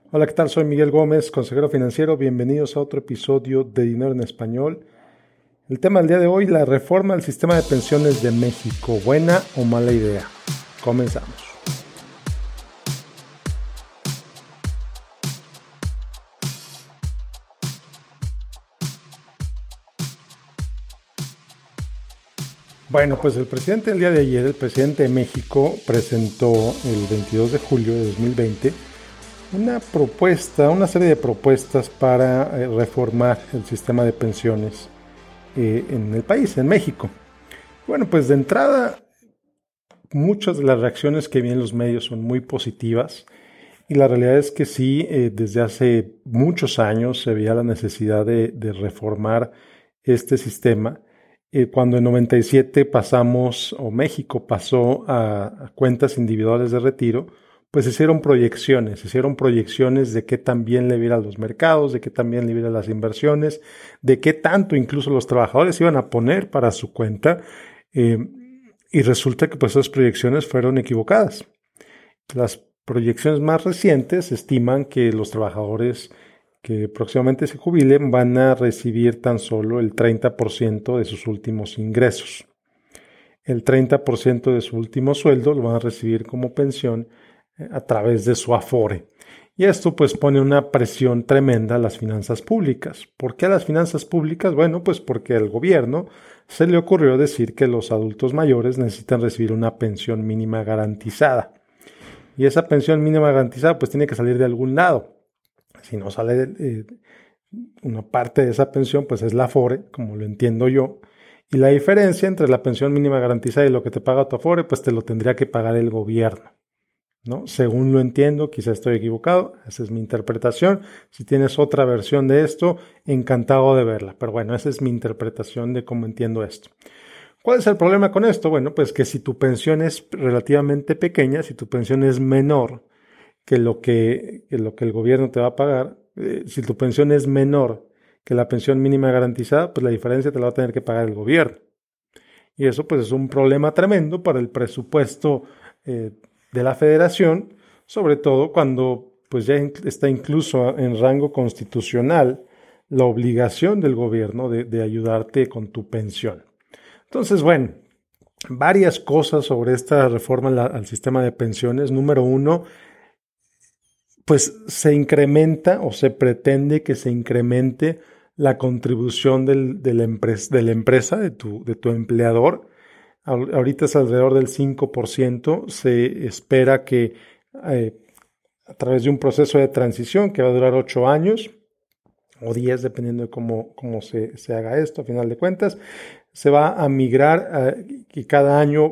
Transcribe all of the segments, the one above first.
Hola, ¿qué tal? Soy Miguel Gómez, consejero financiero. Bienvenidos a otro episodio de Dinero en Español. El tema del día de hoy, la reforma del sistema de pensiones de México. ¿Buena o mala idea? Comenzamos. Bueno, pues el presidente el día de ayer, el presidente de México, presentó el 22 de julio de 2020 una serie de propuestas para reformar el sistema de pensiones en el país, en México. Bueno, pues de entrada, muchas de las reacciones que vi en los medios son muy positivas y la realidad es que sí, desde hace muchos años se veía la necesidad de reformar este sistema. Cuando en 97 pasamos, o México pasó a cuentas individuales de retiro, pues se hicieron proyecciones de qué tan bien le viera a los mercados, de qué tan bien le viera las inversiones, de qué tanto incluso los trabajadores iban a poner para su cuenta. Eh, y resulta que pues esas proyecciones fueron equivocadas. Las proyecciones más recientes estiman que los trabajadores que próximamente se jubilen van a recibir tan solo el 30% de sus últimos ingresos. El 30% de su último sueldo lo van a recibir como pensión a través de su Afore. Y esto pues pone una presión tremenda a las finanzas públicas. ¿Por qué a las finanzas públicas? Bueno, pues porque al gobierno se le ocurrió decir que los adultos mayores necesitan recibir una pensión mínima garantizada. Y esa pensión mínima garantizada pues tiene que salir de algún lado. Si no sale una parte de esa pensión, pues es la Afore, como lo entiendo yo. Y la diferencia entre la pensión mínima garantizada y lo que te paga tu Afore, pues te lo tendría que pagar el gobierno, ¿no? Según lo entiendo, quizá estoy equivocado, esa es mi interpretación. Si tienes otra versión de esto, encantado de verla. Pero bueno, esa es mi interpretación de cómo entiendo esto. ¿Cuál es el problema con esto? Bueno, pues que si tu pensión es relativamente pequeña, si tu pensión es menor que lo que el gobierno te va a pagar, si tu pensión es menor que la pensión mínima garantizada, pues la diferencia te la va a tener que pagar el gobierno. Y eso pues es un problema tremendo para el presupuesto de la federación, sobre todo cuando pues ya está incluso en rango constitucional la obligación del gobierno de ayudarte con tu pensión. Entonces, bueno, varias cosas sobre esta reforma al sistema de pensiones. Número uno, pues se incrementa o se pretende que se incremente la contribución de la empresa, de tu empleador. Ahorita es alrededor del 5%. Se espera que a través de un proceso de transición que va a durar 8 años o 10, dependiendo de cómo se haga esto, a final de cuentas, se va a migrar y cada año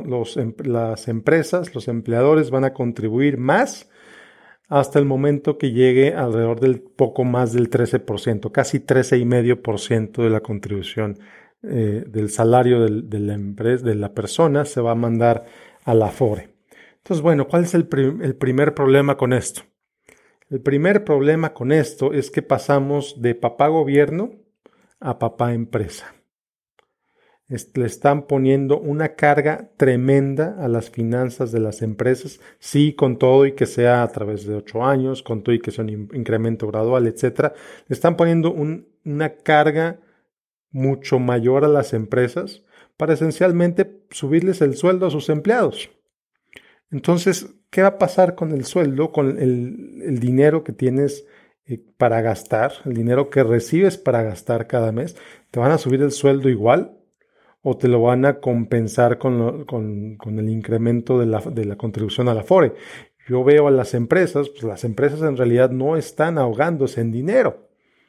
las empresas, los empleadores van a contribuir más hasta el momento que llegue alrededor del poco más del 13%, casi 13,5% de la contribución del salario de la empresa, de la persona, se va a mandar a la Afore. Entonces, bueno, ¿cuál es el primer problema con esto? El primer problema con esto es que pasamos de papá gobierno a papá empresa. Le están poniendo una carga tremenda a las finanzas de las empresas, sí, con todo y que sea a través de 8 años, con todo y que sea un incremento gradual, etcétera. Le están poniendo una carga mucho mayor a las empresas para esencialmente subirles el sueldo a sus empleados. Entonces, ¿qué va a pasar con el sueldo, con el dinero que tienes para gastar, el dinero que recibes para gastar cada mes? ¿Te van a subir el sueldo igual o te lo van a compensar con el incremento de la contribución a la Afore? Yo veo a las empresas, pues las empresas en realidad no están ahogándose en dinero.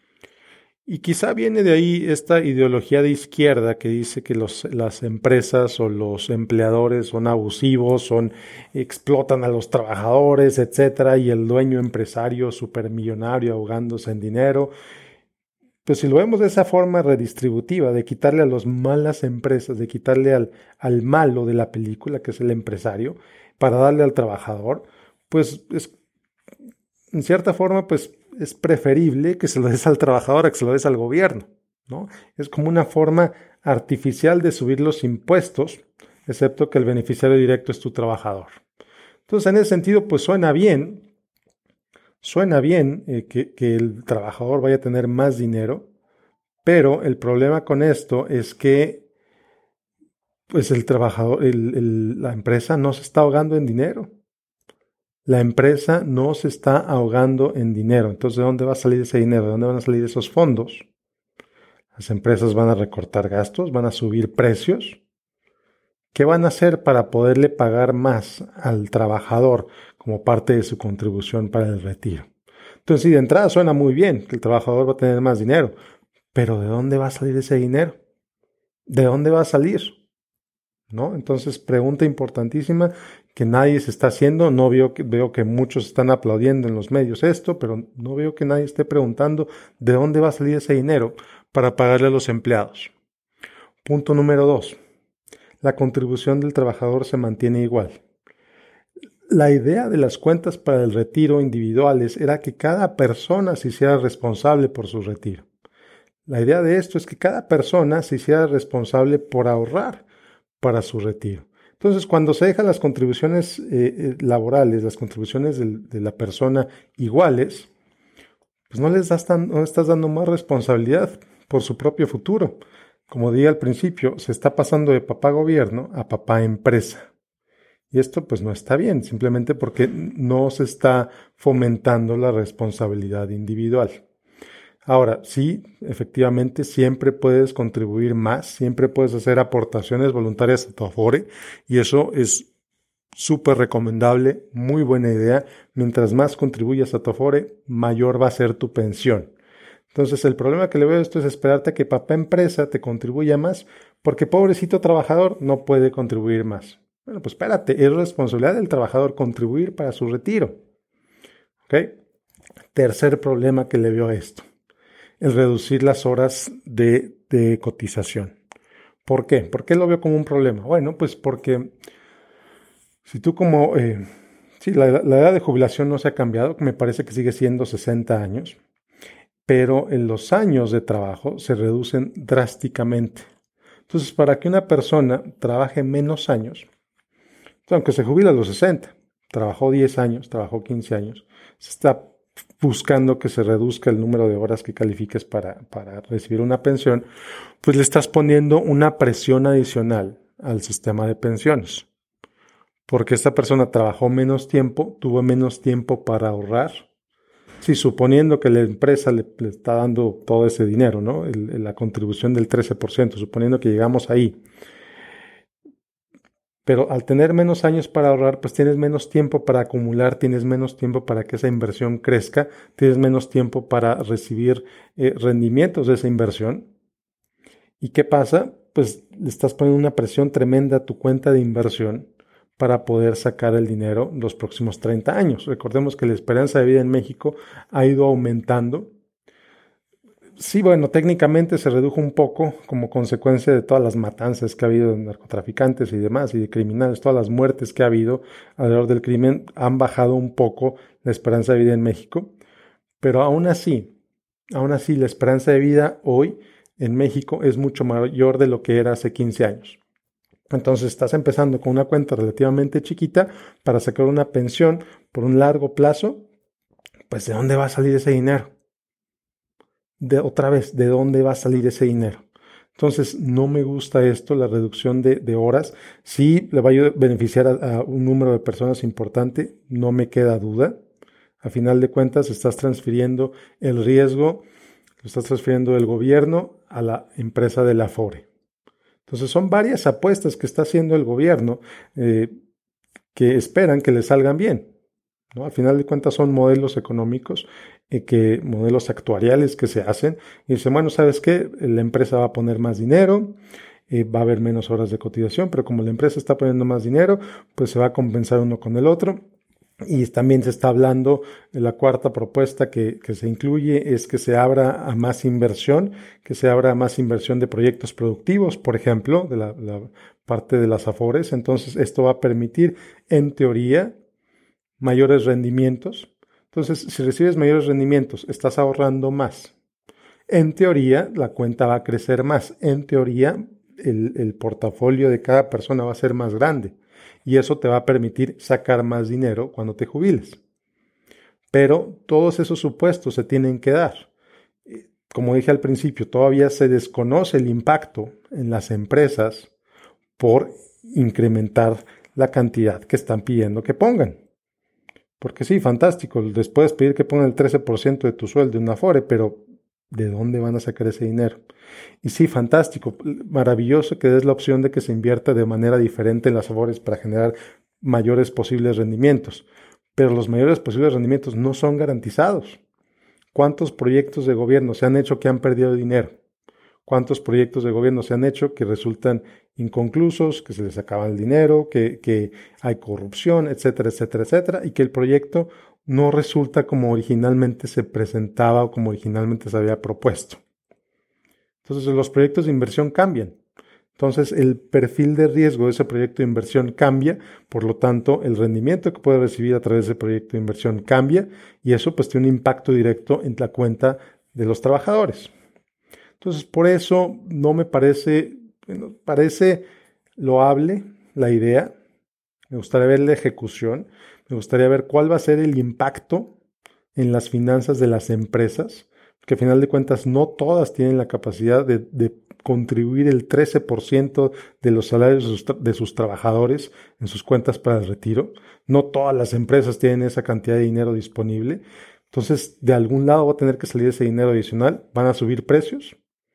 Y quizá viene de ahí esta ideología de izquierda que dice que las empresas o los empleadores son abusivos, explotan a los trabajadores, etcétera, y el dueño empresario supermillonario ahogándose en dinero. Pues si lo vemos de esa forma redistributiva, de quitarle a las malas empresas, de quitarle al malo de la película, que es el empresario, para darle al trabajador, pues es, en cierta forma, pues es preferible que se lo des al trabajador a que se lo des al gobierno, ¿no? Es como una forma artificial de subir los impuestos, excepto que el beneficiario directo es tu trabajador. Entonces, en ese sentido, pues suena bien, Suena bien que el trabajador vaya a tener más dinero, pero el problema con esto es que pues el trabajador, la empresa no se está ahogando en dinero. La empresa no se está ahogando en dinero. Entonces, ¿de dónde va a salir ese dinero? ¿De dónde van a salir esos fondos? Las empresas van a recortar gastos, van a subir precios. ¿Qué van a hacer para poderle pagar más al trabajador como parte de su contribución para el retiro? Entonces, sí, de entrada suena muy bien que el trabajador va a tener más dinero, pero ¿de dónde va a salir ese dinero? ¿De dónde va a salir? ¿No? Entonces, pregunta importantísima que nadie se está haciendo. No veo que muchos están aplaudiendo en los medios esto, pero no veo que nadie esté preguntando de dónde va a salir ese dinero para pagarle a los empleados. Punto número 2. La contribución del trabajador se mantiene igual. La idea de las cuentas para el retiro individuales era que cada persona se hiciera responsable por su retiro. La idea de esto es que cada persona se hiciera responsable por ahorrar para su retiro. Entonces, cuando se dejan las contribuciones laborales, las contribuciones de la persona iguales, pues no estás dando más responsabilidad por su propio futuro. Como dije al principio, se está pasando de papá gobierno a papá empresa. Y esto pues no está bien, simplemente porque no se está fomentando la responsabilidad individual. Ahora, sí, efectivamente, siempre puedes contribuir más, siempre puedes hacer aportaciones voluntarias a tu Afore y eso es súper recomendable, muy buena idea. Mientras más contribuyas a tu Afore, mayor va a ser tu pensión. Entonces, el problema que le veo a esto es esperarte a que papá empresa te contribuya más, porque pobrecito trabajador no puede contribuir más. Bueno, pues espérate, es responsabilidad del trabajador contribuir para su retiro. ¿Ok? Tercer problema que le veo a esto. El reducir las horas de cotización. ¿Por qué? ¿Por qué lo veo como un problema? Bueno, pues porque si tú sí, la edad de jubilación no se ha cambiado, me parece que sigue siendo 60 años, pero en los años de trabajo se reducen drásticamente. Entonces, para que una persona trabaje menos años, aunque se jubila a los 60, trabajó 10 años, trabajó 15 años, se está buscando que se reduzca el número de horas que califiques para recibir una pensión, pues le estás poniendo una presión adicional al sistema de pensiones. Porque esta persona trabajó menos tiempo, tuvo menos tiempo para ahorrar. Sí, suponiendo que la empresa le está dando todo ese dinero, ¿no? La contribución del 13%, suponiendo que llegamos ahí. Pero al tener menos años para ahorrar, pues tienes menos tiempo para acumular, tienes menos tiempo para que esa inversión crezca, tienes menos tiempo para recibir rendimientos de esa inversión. ¿Y qué pasa? Pues le estás poniendo una presión tremenda a tu cuenta de inversión para poder sacar el dinero los próximos 30 años. Recordemos que la esperanza de vida en México ha ido aumentando. Sí, bueno, técnicamente se redujo un poco como consecuencia de todas las matanzas que ha habido de narcotraficantes y demás, y de criminales, todas las muertes que ha habido alrededor del crimen han bajado un poco la esperanza de vida en México, pero aún así, la esperanza de vida hoy en México es mucho mayor de lo que era hace 15 años. Entonces estás empezando con una cuenta relativamente chiquita para sacar una pensión por un largo plazo, pues ¿de dónde va a salir ese dinero? Otra vez, ¿de dónde va a salir ese dinero? Entonces, no me gusta esto, la reducción de horas. Sí, le va a beneficiar a un número de personas importante, no me queda duda. A final de cuentas, estás transfiriendo el riesgo, lo estás transfiriendo del gobierno a la empresa de la Afore. Entonces, son varias apuestas que está haciendo el gobierno que esperan que le salgan bien, ¿no? Al final de cuentas son modelos económicos, modelos actuariales que se hacen y dicen, bueno, ¿sabes qué? La empresa va a poner más dinero, va a haber menos horas de cotización, pero como la empresa está poniendo más dinero, pues se va a compensar uno con el otro. Y también se está hablando, la cuarta propuesta que se incluye es que se abra a más inversión, que se abra a más inversión de proyectos productivos, por ejemplo, de la parte de las Afores. Entonces, esto va a permitir, en teoría, mayores rendimientos. Entonces, si recibes mayores rendimientos, estás ahorrando más. En teoría, la cuenta va a crecer más. En teoría, el portafolio de cada persona va a ser más grande. Y eso te va a permitir sacar más dinero cuando te jubiles. pero todos esos supuestos se tienen que dar. Como dije al principio, todavía se desconoce el impacto en las empresas por incrementar la cantidad que están pidiendo que pongan. Porque sí, fantástico, les puedes pedir que pongan el 13% de tu sueldo en una Afore, pero ¿de dónde van a sacar ese dinero? Y sí, fantástico, maravilloso que des la opción de que se invierta de manera diferente en las Afores para generar mayores posibles rendimientos. Pero los mayores posibles rendimientos no son garantizados. ¿Cuántos proyectos de gobierno se han hecho que han perdido dinero? ¿Cuántos proyectos de gobierno se han hecho que resultan inconclusos, que se les acaba el dinero, que hay corrupción, etcétera, etcétera, etcétera, y que el proyecto no resulta como originalmente se presentaba o como originalmente se había propuesto? Entonces los proyectos de inversión cambian. Entonces el perfil de riesgo de ese proyecto de inversión cambia, por lo tanto el rendimiento que puede recibir a través de ese proyecto de inversión cambia y eso pues tiene un impacto directo en la cuenta de los trabajadores. Entonces por eso no me parece loable la idea, me gustaría ver la ejecución, me gustaría ver cuál va a ser el impacto en las finanzas de las empresas, que al final de cuentas no todas tienen la capacidad de contribuir el 13% de los salarios de sus trabajadores en sus cuentas para el retiro. No todas las empresas tienen esa cantidad de dinero disponible. Entonces, de algún lado va a tener que salir ese dinero adicional. ¿Van a subir precios?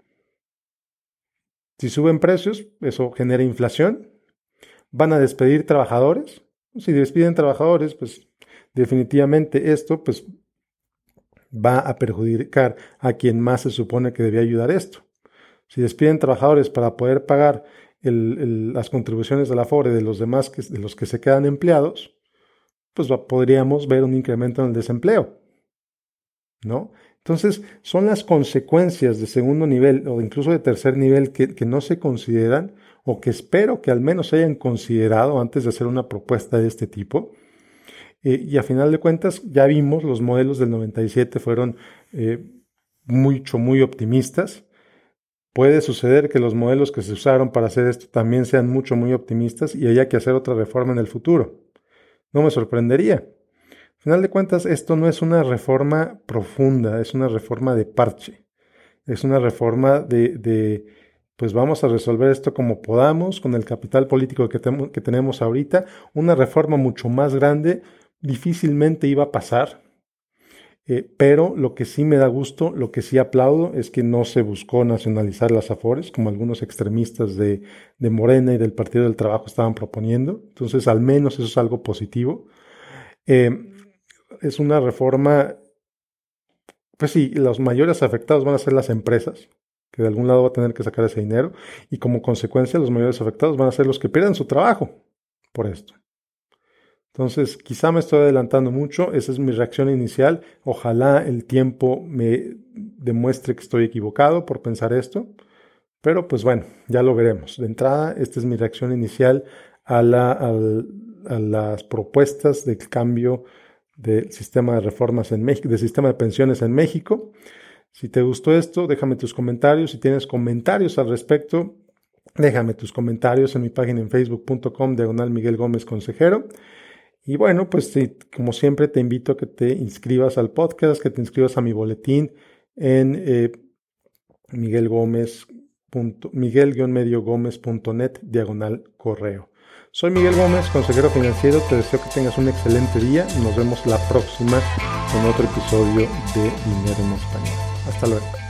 Si suben precios, eso genera inflación. ¿Van a despedir trabajadores? Si despiden trabajadores, pues definitivamente esto pues va a perjudicar a quien más se supone que debía ayudar esto. Si despiden trabajadores para poder pagar las contribuciones de la Afore de los demás, de los que se quedan empleados, pues podríamos ver un incremento en el desempleo, ¿no? Entonces, son las consecuencias de segundo nivel o incluso de tercer nivel que no se consideran o que espero que al menos se hayan considerado antes de hacer una propuesta de este tipo. Y a final de cuentas, ya vimos, los modelos del 97 fueron muy optimistas. Puede suceder que los modelos que se usaron para hacer esto también sean muy optimistas y haya que hacer otra reforma en el futuro. No me sorprendería. Al final de cuentas, esto no es una reforma profunda, es una reforma de parche. Es una reforma pues vamos a resolver esto como podamos, con el capital político que tenemos ahorita. Una reforma mucho más grande difícilmente iba a pasar. Pero lo que sí me da gusto, lo que sí aplaudo es que no se buscó nacionalizar las Afores, como algunos extremistas de Morena y del Partido del Trabajo estaban proponiendo. Entonces, al menos eso es algo positivo. Es una reforma, pues sí, los mayores afectados van a ser las empresas, que de algún lado va a tener que sacar ese dinero, y como consecuencia los mayores afectados van a ser los que pierden su trabajo por esto. Entonces, quizá me estoy adelantando mucho, esa es mi reacción inicial. Ojalá el tiempo me demuestre que estoy equivocado por pensar esto, pero pues bueno, ya lo veremos. De entrada, esta es mi reacción inicial a las propuestas del cambio del sistema de reformas en México, del sistema de pensiones en México. Si te gustó esto, déjame tus comentarios. Si tienes comentarios al respecto, déjame tus comentarios en mi página en facebook.com/Miguel Gómez Consejero. Y bueno, pues sí, como siempre te invito a que te inscribas al podcast, que te inscribas a mi boletín en miguel-gómez.net/correo. Soy Miguel Gómez, consejero financiero. Te deseo que tengas un excelente día. Nos vemos la próxima con otro episodio de Dinero en Español. Hasta luego.